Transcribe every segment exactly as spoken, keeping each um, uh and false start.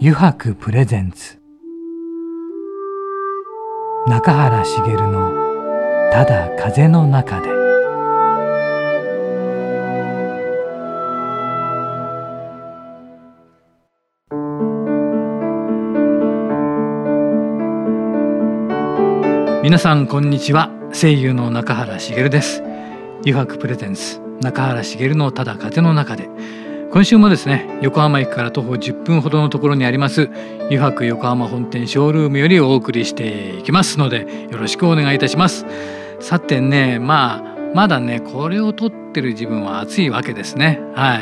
油白プレゼンツ中原茂のただ風の中で。皆さんこんにちは。声優の中原茂です。油白プレゼンツ中原茂のただ風の中で、今週もですね、横浜駅から徒歩じゅっぷんほどのところにあります油白横浜本店ショールームよりお送りしていきますので、よろしくお願いいたします。さてね、まあまだねこれを撮ってる自分は暑いわけですね。はい。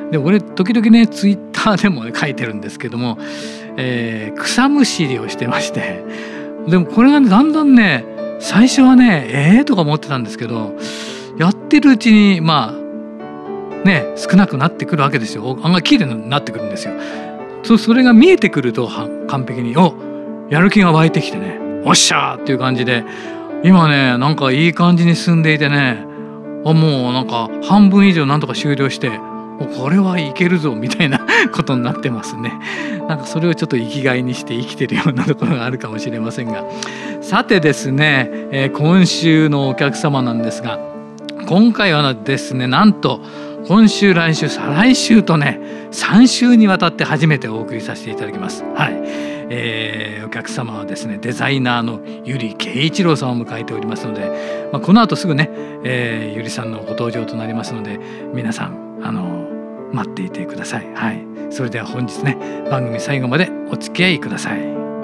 で俺時々ねツイッターでも、ね、書いてるんですけども、えー、草むしりをしてまして、でもこれがねだんだんね、最初はねえーとか思ってたんですけど、やってるうちにまあね少なくなってくるわけですよ。案外綺麗になってくるんですよ。 そ, それが見えてくると完璧におやる気が湧いてきてね、おっしゃーっていう感じで、今ねなんかいい感じに進んでいてね、あもうなんか半分以上なんとか終了して、これはいけるぞみたいなことになってますね。なんかそれをちょっと生きがいにして生きてるようなところがあるかもしれませんが、さてですね、えー、今週のお客様なんですが、今回はですね、なんと今週来週再来週とねさん週にわたって初めてお送りさせていただきます。はい、えー、お客様はですね、デザイナーの由利圭一郎さんを迎えておりますので、まあ、この後すぐね、えー、由利さんのご登場となりますので、皆さんあの待っていてください。はい、それでは本日ね番組最後までお付き合いください。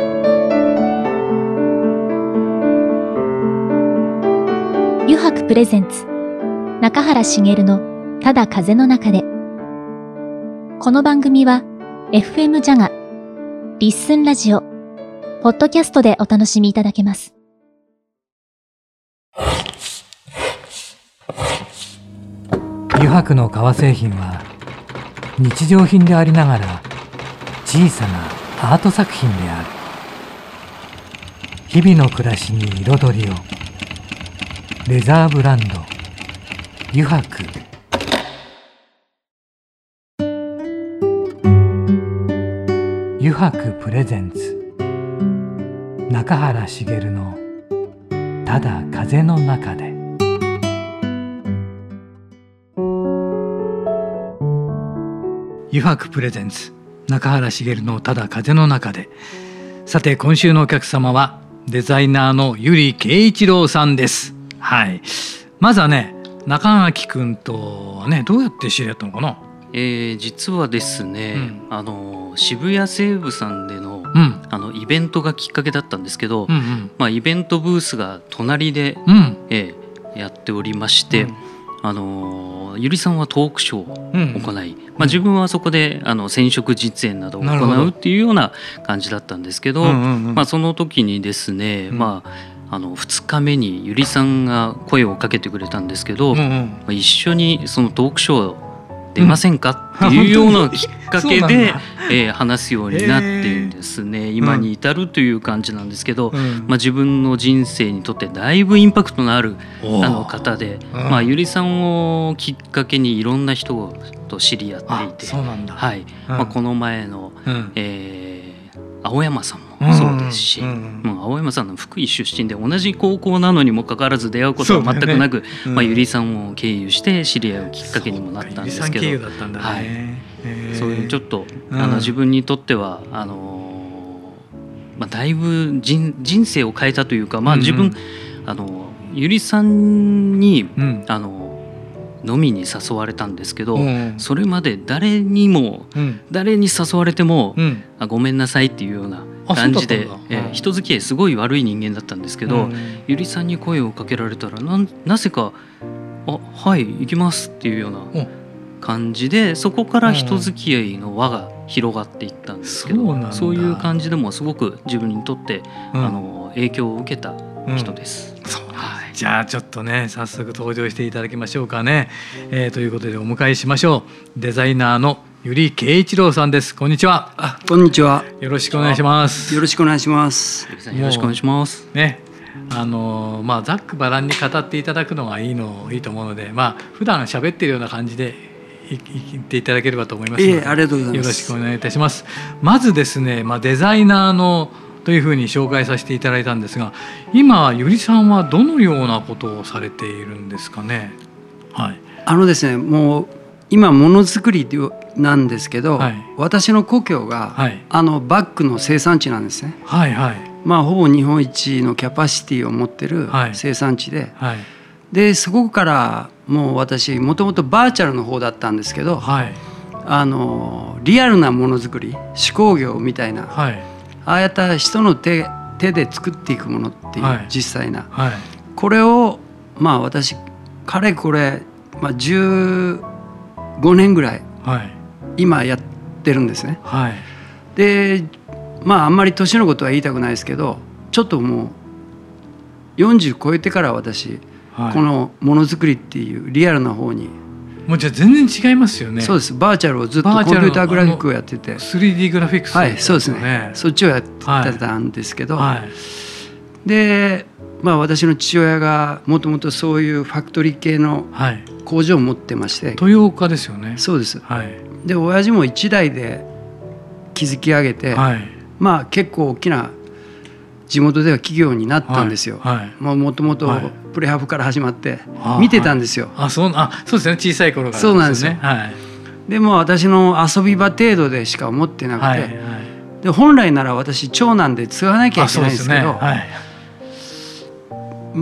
油白プレゼンツ中原茂のただ風の中で。この番組は エフエム ジャガ、リッスンラジオ、ポッドキャストでお楽しみいただけます。 油白の革製品は日常品でありながら小さなアート作品である。日々の暮らしに彩りを。レザーブランド油白。油白プレゼンツ中原茂のただ風の中で。油白プレゼンツ中原茂のただ風の中で。さて今週のお客様はデザイナーの由利圭一郎さんです。はい、まずはね中垣くんとはねどうやって知り合ったのかな。 えー、実はですね、うん、あの渋谷西武さんでの、うん、あのイベントがきっかけだったんですけど、うんうん、まあ、イベントブースが隣で、うんえー、やっておりまして、うん、あの由利さんはトークショーを行い、うんまあ、自分はそこであの染色実演などを行うっていうような感じだったんですけど、うんうんうんまあ、その時にですね、うんまああのふつかめに由利さんが声をかけてくれたんですけど、うんうんまあ、一緒にそのトークショー出ませんか、うん、っていうようなきっかけで、えー、話すようになってですね、今に至るという感じなんですけど、うんまあ、自分の人生にとってだいぶインパクトのあるあの方で、まあ、由利さんをきっかけにいろんな人と知り合っていて、 そうなんだ、 はいうんまあ、この前の、うんえー青山さんもそうですし、うんうんうん、青山さんの福井出身で同じ高校なのにもかかわらず出会うことは全くなく、ねうんまあ、由利さんを経由して知り合うきっかけにもなったんですけど、 由利さん経由だったんだね、 はい、そういうちょっと、うん、あの自分にとってはあのーまあ、だいぶ 人, 人生を変えたというか、まあ、自分、うんうん、あの由利さんに、うん、あの飲みに誘われたんですけど、うん、それまで誰にも、うん、誰に誘われても、うん、あごめんなさいっていうような感じで、えー、人付き合いすごい悪い人間だったんですけど、うん、由利さんに声をかけられたら な, なぜかあはい行きますっていうような感じで、そこから人付き合いの輪が広がっていったんですけど、うん、そういう感じでもすごく自分にとって、うん、あの影響を受けた人です、うんそうはい、じゃあちょっとね早速登場していただきましょうかね、えー、ということでお迎えしましょう。デザイナーの由利圭一郎さんです。こんにちは。 あ、こんにちは。 よろしくお願いします。 よろしくお願いします。 よろしくお願いしますね。あのまあざっくばらんに語っていただくのがいいのいいと思うので、まあ普段喋ってるような感じで言っていただければと思いますので、 ええ、ありがとうございます。 よろしくお願いいたします。まずですね、まあ、デザイナーのというふうに紹介させていただいたんですが、今ゆりさんはどのようなことをされているんですかね。はい、 あのですね、もう今ものづくりなんですけど、はい、私の故郷が、はい、あのバッグの生産地なんですね。 はいはい、 まあ、ほぼ日本一のキャパシティを持ってる生産地で、はいはい、でそこからもう私もともとバーチャルの方だったんですけど、はい、あのリアルなものづくり、手工業みたいな、はい、ああやった人の 手, 手で作っていくものっていう、はい、実際な、はい、これをまあ私かれこれ、まあ、じゅうごねんぐらい今やってるんですね。はい、でまああんまり年のことは言いたくないですけど、ちょっともうよんじゅう超えてから私、はい、このものづくりっていうリアルな方にもうじゃあ全然違いますよね。 そうです。バーチャルをずっとコンピューターグラフィックをやっててスリーディー グラフィックス、ね、 はい、そうですね。そっちをやってたんですけど、はいはい、でまあ私の父親がもともとそういうファクトリー系の工場を持ってまして、 豊岡ですよね。 そうです。はい、で親父も一代で築き上げて、はい、まあ結構大きな地元では企業になったんですよ。もともとプレハブから始まって見てたんですよ。 あ、そう、あ、そうですね。小さい頃から、ね、 そうなんですよ。はい、でも私の遊び場程度でしか思ってなくて、はいはい、で本来なら私長男で継がなきゃいけないんですけど、ね、はい、うん、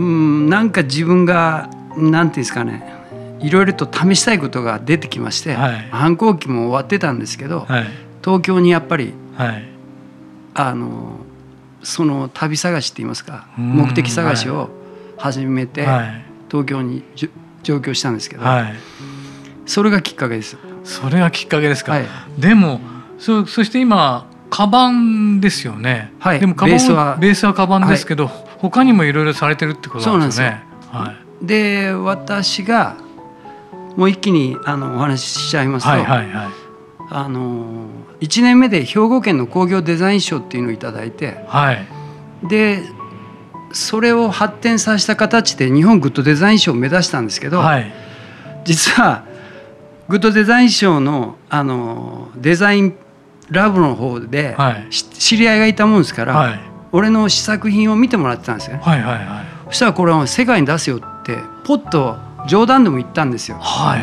なんか自分がなんていうんですかね、いろいろと試したいことが出てきまして、はい、反抗期も終わってたんですけど、はい、東京にやっぱり、はい、あのその旅探しって言いますか、目的探しを始めて、はい、東京に上京したんですけど、はい、それがきっかけです。 それがきっかけですか。はい、でも そ, そして今カバンですよね。はい、でもカバンベースはベースはカバンですけど、はい、他にもいろいろされてるってことなんですよね。そうなんですよ。はい、で私がもう一気にあのお話ししちゃいますと、はいはいはい、あのいちねんめで兵庫県の工業デザイン賞っていうのをいただいて、はい、でそれを発展させた形で日本グッドデザイン賞を目指したんですけど、はい、実はグッドデザイン賞 の, あのデザインラボの方で、はい、知り合いがいたもんですから、はい、俺の試作品を見てもらってたんですよ、はいはいはい、そしたらこれは世界に出すよってポッと冗談でも言ったんですよ。はい、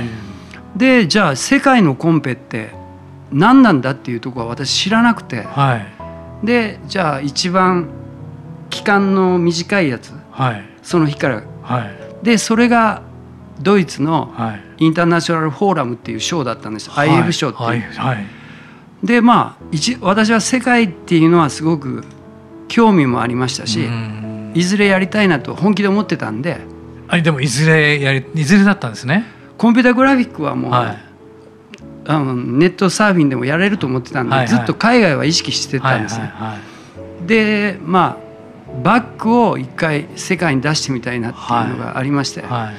でじゃあ世界のコンペって何なんだっていうところは私知らなくて、はい、でじゃあ一番期間の短いやつ、はい、その日から、はい、でそれがドイツのインターナショナルフォーラムっていう賞だったんです、はい、アイエフ 賞っていう、はいはい、でまあ一私は世界っていうのはすごく興味もありましたし、いずれやりたいなと本気で思ってたんで。 あ、でもいずれやりいずれだったんですね。 コンピューターグラフィックはもう、はい、あのネットサーフィンでもやれると思ってたんで、はいはい、ずっと海外は意識してたんですね、はいはいはい、でまあバッグを一回世界に出してみたいなっていうのがありまして、はいはい、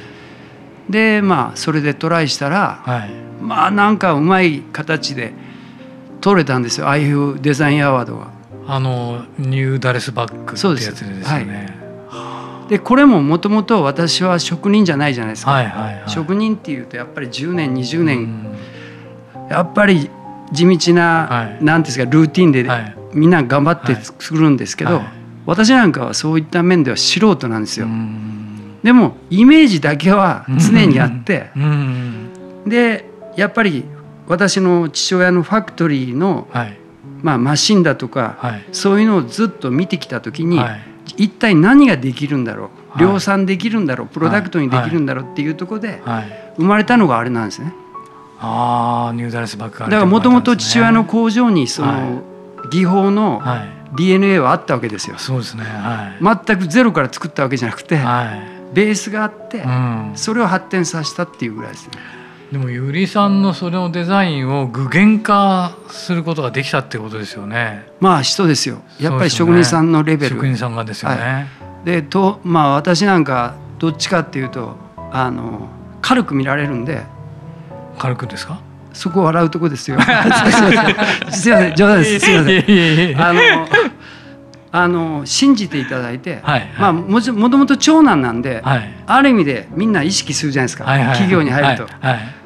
でまあそれでトライしたら、はい、まあなんかうまい形で取れたんですよ、アイエフデザインアワードが。 あのニューダレスバッグってやつですよね。 はい、でこれももともと私は職人じゃないじゃないですか、はいはいはい、職人っていうとやっぱりじゅうねんにじゅうねん、うん、やっぱり地道な、はい、なんですかルーティンでみんな頑張って作るんですけど、はいはい、私なんかはそういった面では素人なんですよ。でもイメージだけは常にあって、でやっぱり私の父親のファクトリーの、はい、まあ、マシンだとか、はい、そういうのをずっと見てきた時に、はい、一体何ができるんだろう、量産できるんだろう、プロダクトにできるんだろうっていうところで生まれたのがあれなんですね。 ああ、ニューダレスバッグ、 だからもともと父親の工場にその技法の ディーエヌエー はあったわけですよ。 そうですね、はい、 全くゼロから作ったわけじゃなくて、はい、ベースがあって、うん、それを発展させたっていうぐらいですね。 でもゆりさんのそれのデザインを具現化することができたってことですよね。 まあ人ですよ、やっぱり職人さんのレベル、 職人さんがですよね。はい、でとまあ私なんかどっちかっていうとあの軽く見られるんで。 軽くですか？ そこ笑うとこですよ。すいません、冗談です。すいません。あのあの信じていただいて、はいはい、まあもともと長男なんで、はい、ある意味でみんな意識するじゃないですか、はいはいはい、企業に入ると、はいはい、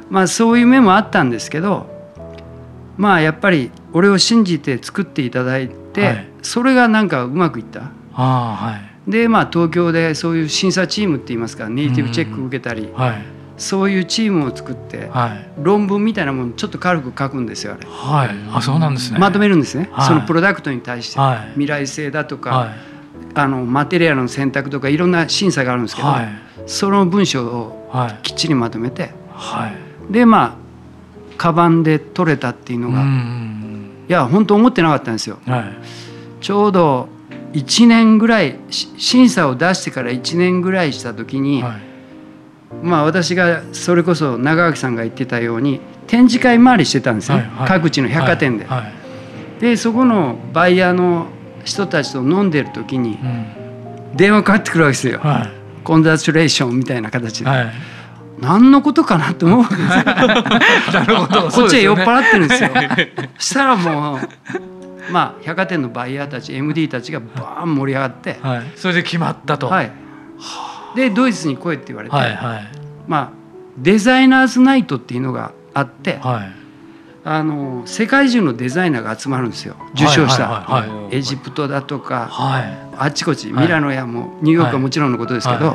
まあそういう面もあったんですけど、まあやっぱり俺を信じて作っていただいて、はい、それがなんかうまくいった。 あ、はい、 でまあ東京でそういう審査チームって言いますか、ネイティブチェック受けたり、はい、そういうチームを作って、はい、論文みたいなものちょっと軽く書くんですよあれ。 はい、あ、そうなんですね。 まとめるんですね、 はい、 そのプロダクトに対して、はい、未来性だとか、はい、あのマテリアルの選択とかいろんな審査があるんですけど、はい、その文章をきっちりまとめて、はい、でまあカバンで取れたっていうのが、うん、いや本当思ってなかったんですよ、はい、ちょうどいちねんぐらい審査を出してからいちねんぐらいした時に、はい、まあ私がそれこそ長垣さんが言ってたように展示会回りしてたんですね、はいはい、各地の百貨店で、はいはい、でそこのバイヤーの人たちと飲んでる時に電話かかってくるわけですよ、はい、コングラチュレーションみたいな形で、はい、何のことかなと思うわけですよなるほど、こっちは酔っ払ってるんですよそしたらもうまあ百貨店のバイヤーたち エムディー たちがバーン盛り上がって、 はい、それで決まったと、 はい、でドイツに来いって言われて、はいはい、まあデザイナーズナイトっていうのがあって、はい、あの世界中のデザイナーが集まるんですよ、受賞した、はいはいはい、エジプトだとか、はい、あっちこっちミラノやもニューヨークはもちろんのことですけど、はい、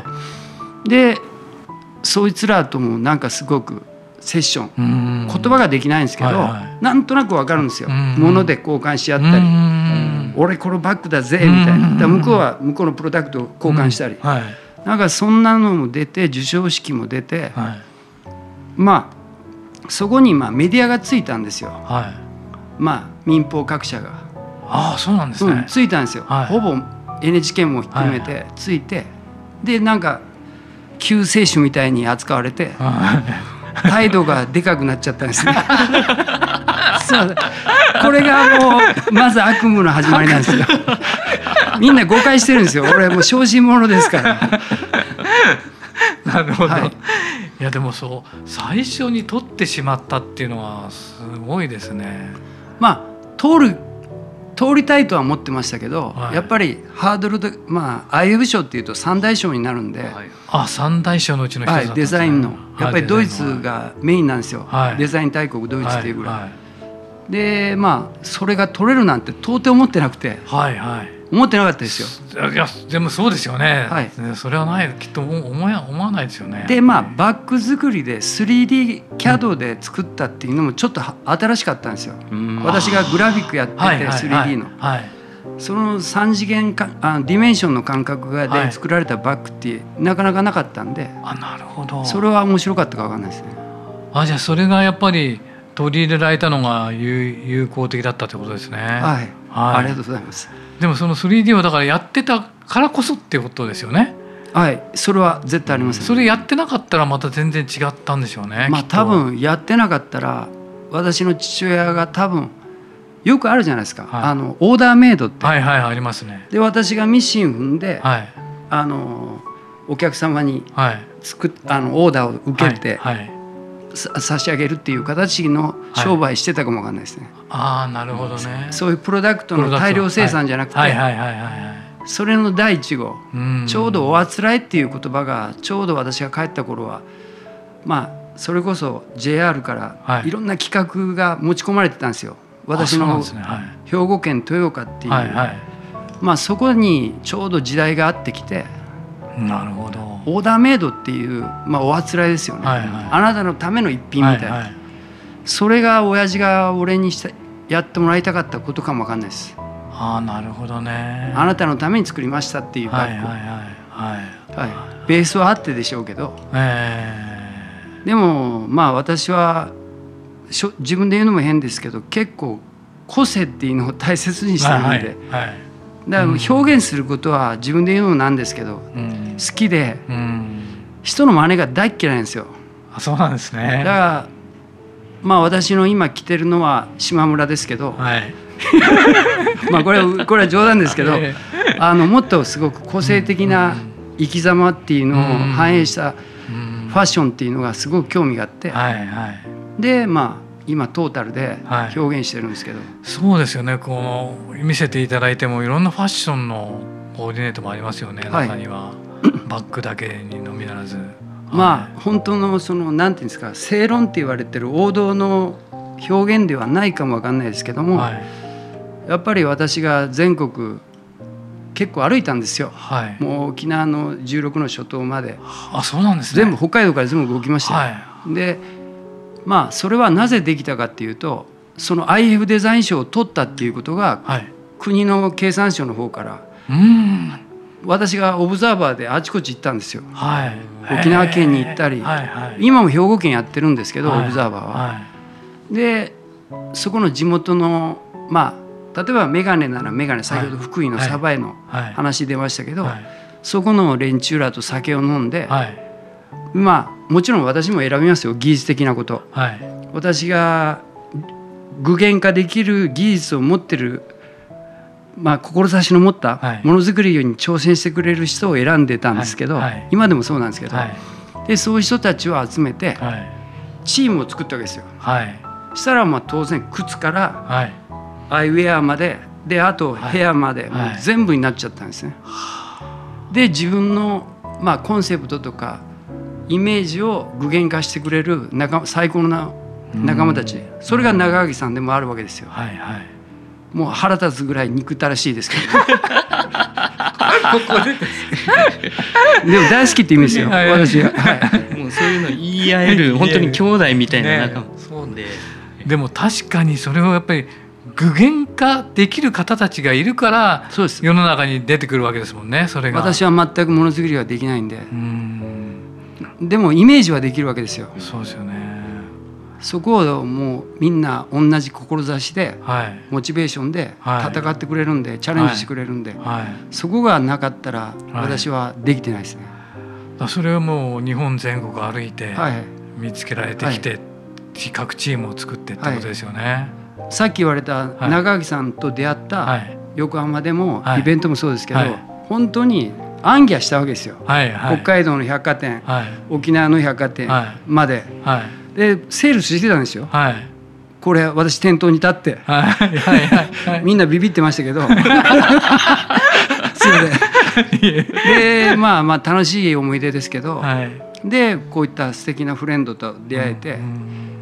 でそいつらともなんかすごくセッション、言葉ができないんですけど、はいはい、なんとなく分かるんですよ、物で交換し合ったり、俺このバッグだぜみたいな、だ向こうは向こうのプロダクトを交換したり、はい、なんかそんなのも出て、授賞式も出て、はい、まあそこにまあメディアがついたんですよ、はい、まあ民放各社が。 ああ、そうなんですね、うん、 ついたんですよ、はい、ほぼ エヌエイチケー も含めてついて、はい、でなんか救世主みたいに扱われて、はい、態度がでかくなっちゃったんですねそうこれがもうまず悪夢の始まりなんですよみんな誤解してるんですよ、俺もう小心者ですからなるほど、はい、いやでもそう最初に取ってしまったっていうのはすごいですね。 まあ通る通りたいとは思ってましたけど、はい、やっぱりハードルで、まあ アイエフ 賞っていうと三大賞になるんで、はい、 あ三大賞のうちの一つだったんですね、 はい、デザインのやっぱりドイツがメインなんですよ、はい、デザイン大国ドイツっていうぐらい、はいはい、でまあそれが取れるなんて到底思ってなくて、はいはい、思ってなかったですよ。いやでもそうですよね、はい、それはないきっと思わ思わないですよね。 でまあバッグ作りで スリーディー キャド で作ったっていうのもちょっと新しかったんですよ、うん、私がグラフィックやってて スリーディー の、はいはい、そのさん次元かあディメンションの感覚で作られたバッグってなかなかなかったんで、 あなるほど、 それは面白かったか分かんないですね。 あじゃあそれがやっぱり取り入れられたのが有有効的だったってことですね。はい、 はい、ありがとうございます。 でもその スリーディー はだからやってたからこそっていうことですよね。 はい、それは絶対あります、ね、 それやってなかったらまた全然違ったんでしょうね。 まあ多分やってなかったら私の父親が多分よくあるじゃないですか、はい、あのオーダーメイドって、 はいはいありますね。 で私がミシン踏んで、はい、あのお客様に作っ、はい、あのオーダーを受けて、はいはい、差し上げるっていう形の商売してたかもわかんないですね、 はい、ああなるほどね。 そういうプロダクトの大量生産じゃなくて、それの第一号、ちょうどおあつらえっていう言葉がちょうど私が帰った頃はまあそれこそ ジェイアール からいろんな企画が持ち込まれてたんですよ。私の兵庫県豊岡っていう、はいはい、まあそこにちょうど時代があってきて、 なるほど、 オーダーメイドっていう、まあ、おあつらいですよね、はいはい、あなたのための一品みたいな、はいはい、それが親父が俺にしたやってもらいたかったことかも分かんないです。 ああなるほどね。 あなたのために作りましたっていうバッグ、はいはいはいはい、ベースはあってでしょうけど、えー、でもまあ私はしょ自分で言うのも変ですけど結構個性っていうのを大切にしてるんで、はいはいはい、だから表現することは自分で言うのもなんですけど、うん、好きで、うん、人の真似が大っ嫌いなんですよ。 あそうなんですね。 だからまあ私の今着てるのは島村ですけど、はい、まあこれはこれは冗談ですけど、あのもっとすごく個性的な生き様っていうのを反映したファッションっていうのがすごく興味があって、はいはい、でまあ今トータルで表現してるんですけど、はい、 そうですよね。こう見せていただいてもいろんなファッションのコーディネートもありますよね、中には、はい、バッグだけにのみならず、 まあ本当のそのなんていうんですか、正論って言われてる王道の表現ではないかもわかんないですけども、はい、やっぱり私が全国結構歩いたんですよ、はい、もう沖縄のじゅうろくの諸島まで。 あ、そうなんですね。 全部北海道から全部動きましたよ、はい、でまあそれはなぜできたかっていうと、その アイエフ デザイン賞を取ったっていうことが、はい、国の経産省の方からうん私がオブザーバーであちこち行ったんですよ、はい、沖縄県に行ったり、はいはい、今も兵庫県やってるんですけど、はい、オブザーバーは、はい、でそこの地元のまあ例えばメガネならメガネ、先ほど福井の鯖江の話出ましたけど、はいはい、そこの連中らと酒を飲んで、はい、まあもちろん私も選びますよ、技術的なこと、はい、私が具現化できる技術を持ってる、まあ、志の持ったものづくりに挑戦してくれる人を選んでたんですけど、はいはい、今でもそうなんですけど、はい、でそういう人たちを集めてチームを作ったわけですよ、はい、そしたらまあ当然靴から、はい、アイウェアまでで、あとヘアまで、もう全部になっちゃったんですね、はい、で自分の、まあ、コンセプトとかイメージを具現化してくれる仲最高の仲間たち、それが長垣さんでもあるわけですよ、はいはい、もう腹立つぐらい憎たらしいですけどここででも大好きって意味ですよ、はいはい、私は、はい、 もうそういうの言い合える本当に兄弟みたいな仲間、ね、 そうででも確かにそれをやっぱり具現化できる方たちがいるから世の中に出てくるわけですもんね。それが私は全くものづくりはできないんで、うんでもイメージはできるわけですよ。 そうですよね。 そこをもうみんな同じ志で、はい、モチベーションで戦ってくれるんで、はい、チャレンジしてくれるんで、はいはい、そこがなかったら私はできてないですね、 はい、それはもう日本全国歩いて見つけられてきて、はい、各チームを作ってってことですよね、 はい、さっき言われた長垣さんと出会った横浜でもイベントもそうですけど、はいはい、本当に暗記したわけですよ、はいはい、北海道の百貨店、はい、沖縄の百貨店まで、はいはいでセールスしてたんですよ、はい、これ私店頭に立って、はいはいはいはい、みんなビビってましたけどすいませんでまあまあ楽しい思い出ですけど、はい、でこういった素敵なフレンドと出会えて、うん、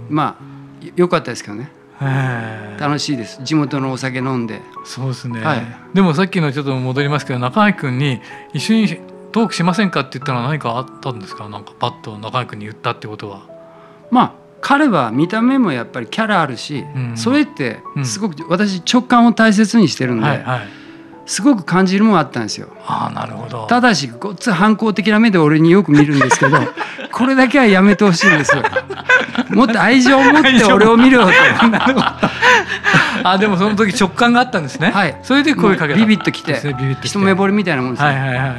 まあ良かったですけどね、楽しいです。地元のお酒飲んで。 そうですね、はい、でもさっきのちょっと戻りますけど、中垣君に一緒にトークしませんかって言ったのは何かあったんですか？なんかパッと中垣君に言ったってことは。 まあ彼は見た目もやっぱりキャラあるし、うん、それってすごく私直感を大切にしてるんで、はいはい、すごく感じるものあったんですよ。 ああ、なるほど。 ただしごっつ反抗的な目で俺によく見るんですけどこれだけはやめてほしいんですよ。もっと愛情を持って俺を見ろとあ、でもその時直感があったんですね、はい、それで声かけた。 ビビッときて、一目惚れみたいなもんですよ、はいはいはい、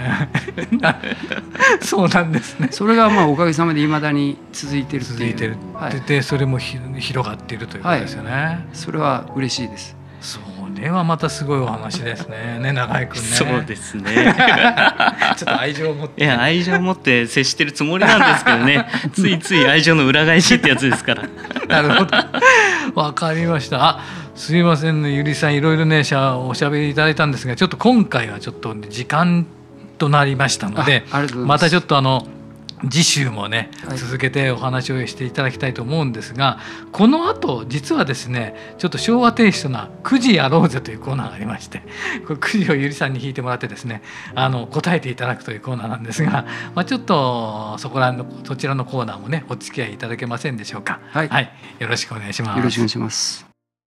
そうなんですね。 それがまあおかげさまでいまだに続いてるっていう、 続いてる、はい、でそれもひ広がっているということですよね、はい、 それは嬉しいです。 それはまたすごいお話ですね。ね、長井君ね。 そうですね。 ちょっと愛情を持って、 いや愛情を持って接してるつもりなんですけどね。ついつい愛情の裏返しってやつですから。 なるほど。わかりました。あ、すいませんね、ゆりさんいろいろねしゃおしゃべりいただいたんですが、ちょっと今回はちょっと時間となりましたので、またちょっとあの。次週もね続けてお話をしていただきたいと思うんですが、この後実はですねちょっと昭和テイストなくじやろうぜというコーナーがありまして、これくじをゆりさんに引いてもらってですね、あの答えていただくというコーナーなんですが、まあ、ちょっとそこらのそちらのコーナーもねお付き合いいただけませんでしょうか。はい、はい、よろしくお願いします。 よろしくお願いします。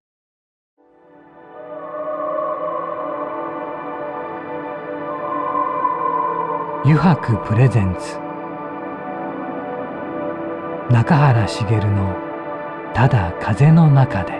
油白プレゼンツ中原茂のただ風の中で。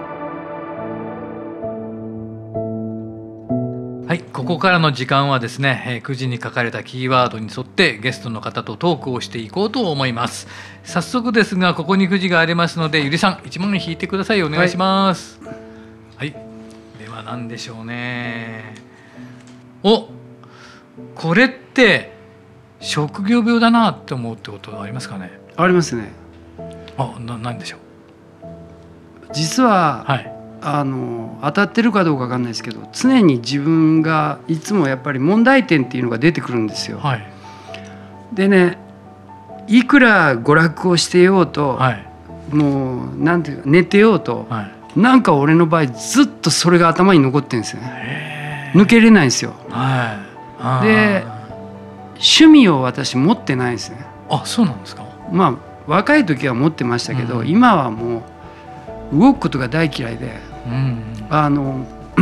はい、ここからの時間はですね、くじに書かれたキーワードに沿ってゲストの方とトークをしていこうと思います。早速ですがここにくじがありますので、ゆりさんいちまんえん引いてください。お願いします。はい、はい、では何でしょうね。お、これって職業病だなって思うってことはありますかね？ ありますね。 あ、な、何でしょう。 実は、はい、あの当たってるかどうかわかんないですけど、常に自分がいつもやっぱり問題点っていうのが出てくるんですよ、はい、でね、 いくら娯楽をしてようと、はい、もうなんていうか寝てようと、はい、なんか俺の場合ずっとそれが頭に残ってるんですよね。抜けれないんですよ。はい、で趣味を私持ってないんですね。 あ、そうなんですか。 まあ若い時は持ってましたけど、うん、今はもう動くことが大嫌いで、うん、あの、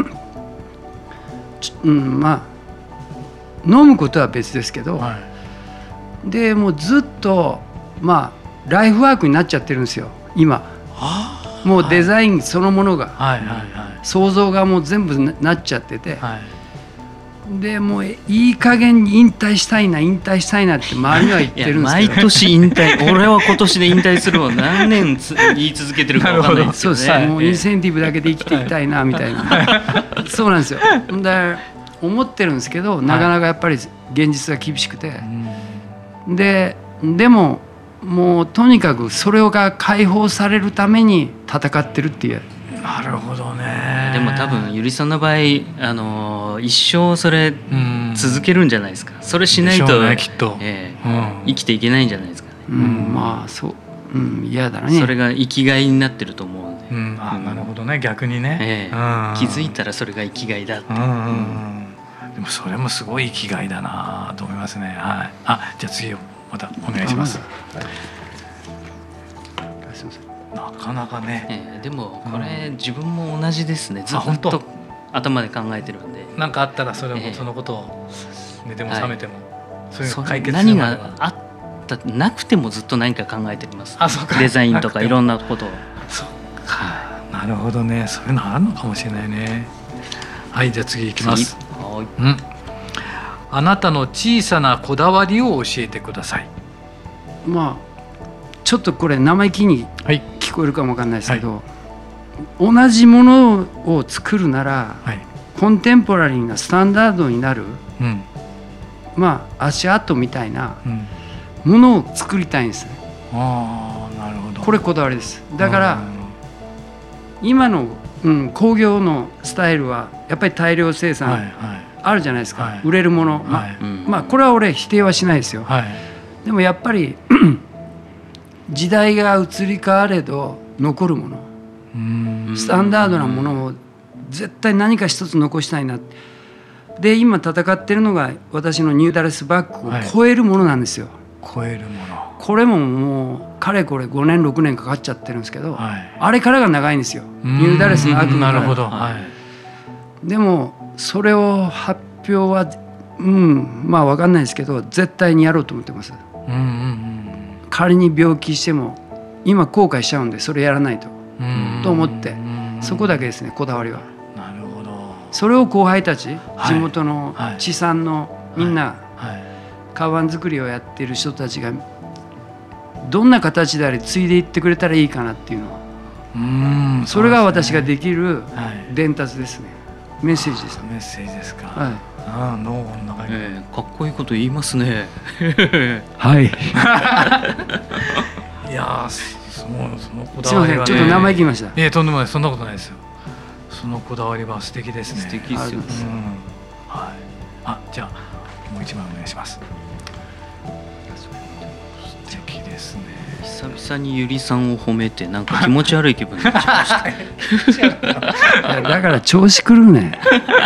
うん、まあ飲むことは別ですけど、はい、でもうずっとまあライフワークになっちゃってるんですよ今。もうデザインそのものが、はいはいはいはい、想像がもう全部 な, なっちゃってて、はい、でもういい加減に引退したいな引退したいなって周りには言ってるんですけど毎年引退俺は今年で引退するを何年つ言い続けてるか分かんないですけどね。 そうです、もうインセンティブだけで生きていたいなみたいなそうなんですよ。で思ってるんですけどなかなかやっぱり現実が厳しくて、はい、で, でももうとにかくそれが解放されるために戦ってるっていう。 なるほどね。 でも多分ゆりさんの場合あの一生それ続けるんじゃないですか。それしないと、ね、きっと、えーうん、生きていけないんじゃないですかね。 うん、まあそう、うん、嫌だね。 それが生きがいになってると思うんで、 うん、あ、なるほどね。逆にね、 えーうん、気づいたらそれが生きがいだって、うんうんうん、 でもそれもすごい生きがいだなと思いますね。はい、あ、じゃあ次をまたお願いします。なかなかね、 えー、でもこれ、うん、自分も同じですね。ずっと頭で考えてるんで、 何かあったらそれもそのことを寝ても覚めても、 はい、そういうの解決する。何があったなくてもずっと何か考えてます。 あ、そうか。 デザインとかいろんなことを。 そうか、なるほどね。そういうのあるのかもしれないね。はい、じゃあ次いきます。はい、うん、あなたの小さなこだわりを教えてください。 まあちょっとこれ生意気に聞こえるかもわかんないですけど、はい、同じものを作るなら、はい、コンテンポラリーなスタンダードになる、うん、まあ足跡みたいなものを作りたいんですね。 ああ、なるほど。 これこだわりです。だから今の、うん、工業のスタイルはやっぱり大量生産、はいはい、あるじゃないですか、はい、売れるもの、まあ、はい、まあこれは俺否定はしないですよ、はい、でもやっぱり時代が移り変われど残るもの、うーん、スタンダードなものを絶対何か一つ残したいな。で今戦ってるのが私のニューダレスバッグを超えるものなんですよ、 はい、超えるもの。 これももうかれこれごねんろくねんかかっちゃってるんですけど、はい、あれからが長いんですよ、ニューダレスの悪夢から。なるほど、はい、でもそれを発表はうんまあ分かんないですけど絶対にやろうと思ってます、うんうんうん、仮に病気しても今後悔しちゃうんでそれやらないとと思ってそこだけですね、こだわりは。 なるほど。 それを後輩たち、はい、地元の地産のみんな、はいはい、カバン作りをやっている人たちがどんな形であれ継いでいってくれたらいいかなっていうのは、うーん、それが私ができる伝達ですね、はい、メッセージです、ね、 メッセージですか、 はい、 あ脳の中に、 えー、かっこいいこと言いますねはいいやそのそのこだわりは、ね、すいませんちょっと生意気言いました。 いやとんでもない、そんなことないですよ。そのこだわりは素敵ですね。 素敵ですよ、うん、 はい、あ、じゃあもう一枚お願いします。素敵ですね。 久々にゆりさんを褒めてなんか気持ち悪い気分になっちゃいましただから調子狂うね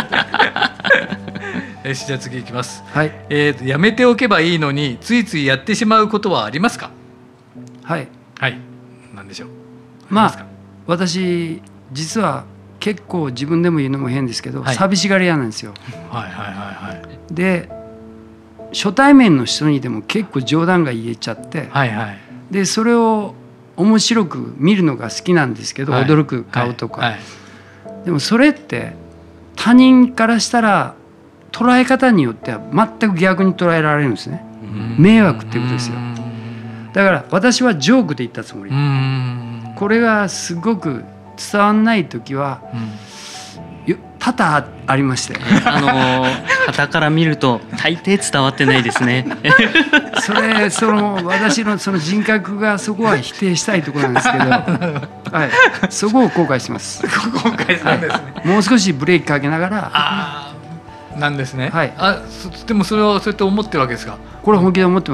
よし、じゃあ次いきます、 はい。 えーと、やめておけばいいのについついやってしまうことはありますか？ はいはい、何でしょう。 まあ私実は結構自分でも言うのも変ですけど、はい、寂しがり屋なんですよ。 はいはいはいはい。 で初対面の人にでも結構冗談が言えちゃって、はいはい、でそれを面白く見るのが好きなんですけど、はい、驚く顔とか、はいはい、でもそれって他人からしたら捉え方によっては全く逆に捉えられるんですね。迷惑っていうことですよ。だから私はジョークで言ったつもり。これがすごく伝わんない時は、うん、多々ありまして、 あの傍から見ると大抵伝わってないですねそれその私のその人格がそこは否定したいところなんですけどはい、そこを後悔します後悔するんですね、 はい、もう少しブレーキかけながらあなんですね、 はい、 あでもそれはそうやって思ってるわけですか？ これは本気で思ってますよ。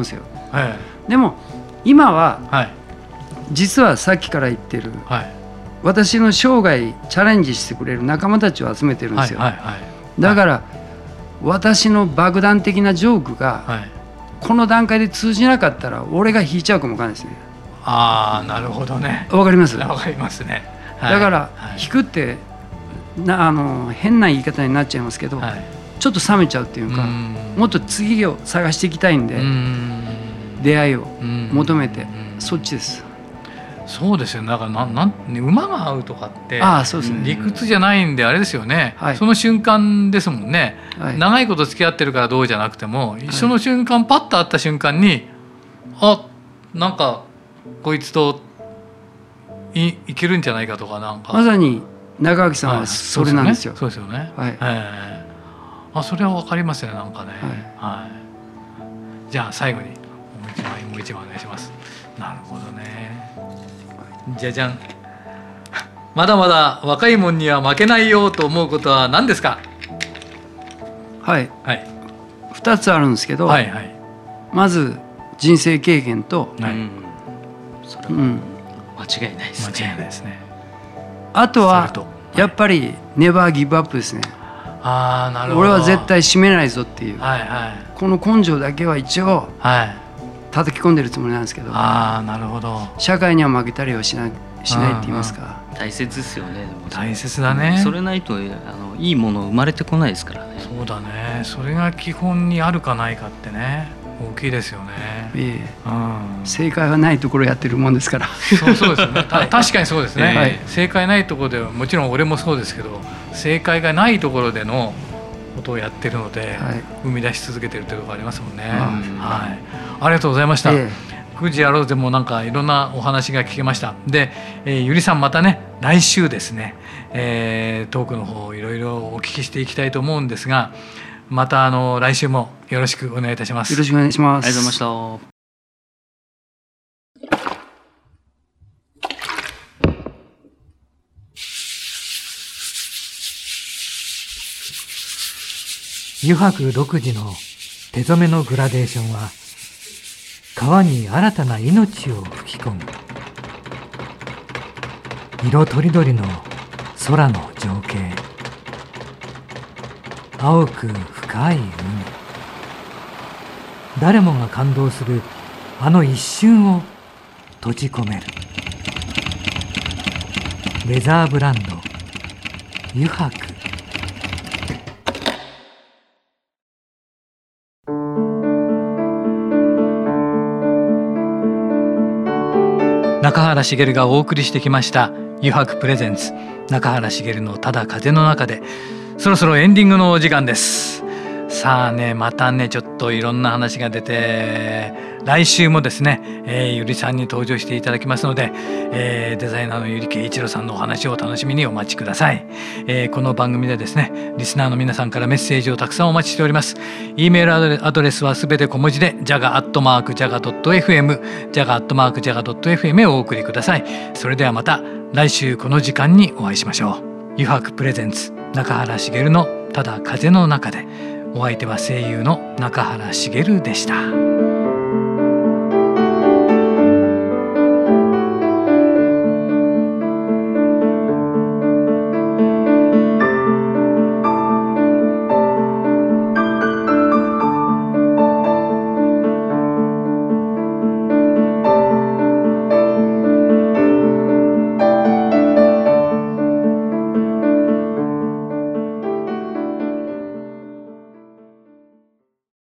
はい、 でも今は、はい、実はさっきから言ってる、はい、私の生涯チャレンジしてくれる仲間たちを集めてるんですよ、はいはいはい、だから、はい、私の爆弾的なジョークが、はい、この段階で通じなかったら俺が引いちゃうかもわかんないですね。 ああ、なるほどね。 わかります。 わかりますね、 はい、だから、はい、引くってなあの変な言い方になっちゃいますけど、はい、ちょっと冷めちゃうっていうか、うもっと次を探していきたいんで、ん出会いを求めてそっちです。 そうですよね。だからななん馬が合うとかってああそうです、ね、 理屈じゃないんであれですよね、はい、その瞬間ですもんね、はい、長いこと付き合ってるからどうじゃなくても一緒の瞬間、はい、パッと会った瞬間にあなんかこいつと い, いけるんじゃないかとかなんかまさに中垣さんはそれなんですよ。 そうですよね。はい、えー、あそれは分かりますねなんかね、はいはい、じゃあ最後にもう一枚もう一枚お願いします。なるほどね。じゃじゃん。まだまだ若いもんには負けないよと思うことは何ですか？ はい、はい、ふたつあるんですけど、はいはい、まず人生経験と、はい、うん、 それは間違いないですね。 間違いないですね。 あとはやっぱりネバーギブアップですね。 あー、なるほど。 俺は絶対締めないぞっていう、はいはい、この根性だけは一応、はい、叩き込んでるつもりなんですけど、 あー、なるほど。 社会には負けたりはしない、しないって言いますか。 大切ですよね。でも大切だね。 それないとあのいいもの生まれてこないですからね。 そうだね。それが基本にあるかないかってね、大きいですよね。ええ、うん、正解はないところやってるもんですから。 そうそうですね。確かにそうですね、はい、正解ないところではもちろん俺もそうですけど、正解がないところでのことをやってるので、はい、生み出し続けてるというところありますもんね、うん、はい、ありがとうございました。ええ、富士やろうでもなんかいろんなお話が聞けました。で、えー、ゆりさんまたね来週ですね、えー、トークの方いろいろお聞きしていきたいと思うんですが、またあの来週もよろしくお願いいたします。 よろしくお願いします。 ありがとうございました。 油白独自の手染めのグラデーションは川に新たな命を吹き込む。色とりどりの空の情景、青く深い海、誰もが感動するあの一瞬を閉じ込める。レザーブランド油白。中原茂がお送りしてきました油白プレゼンツ中原茂のただ風の中で、そろそろエンディングのお時間です。さあね、またねちょっといろんな話が出て、来週もですね、えー、ゆりさんに登場していただきますので、えー、デザイナーのゆりけい一郎さんのお話を楽しみにお待ちください。えー、この番組でですねリスナーの皆さんからメッセージをたくさんお待ちしております。 E メールアドレスはすべて小文字で ジャガ アットマーク ジャガ ドット エフエム ジャガ アットマーク ジャガ ドット エフエム へお送りください。それではまた来週この時間にお会いしましょう。油白プレゼンツ中原茂のただ風の中で、お相手は声優の中原茂でした。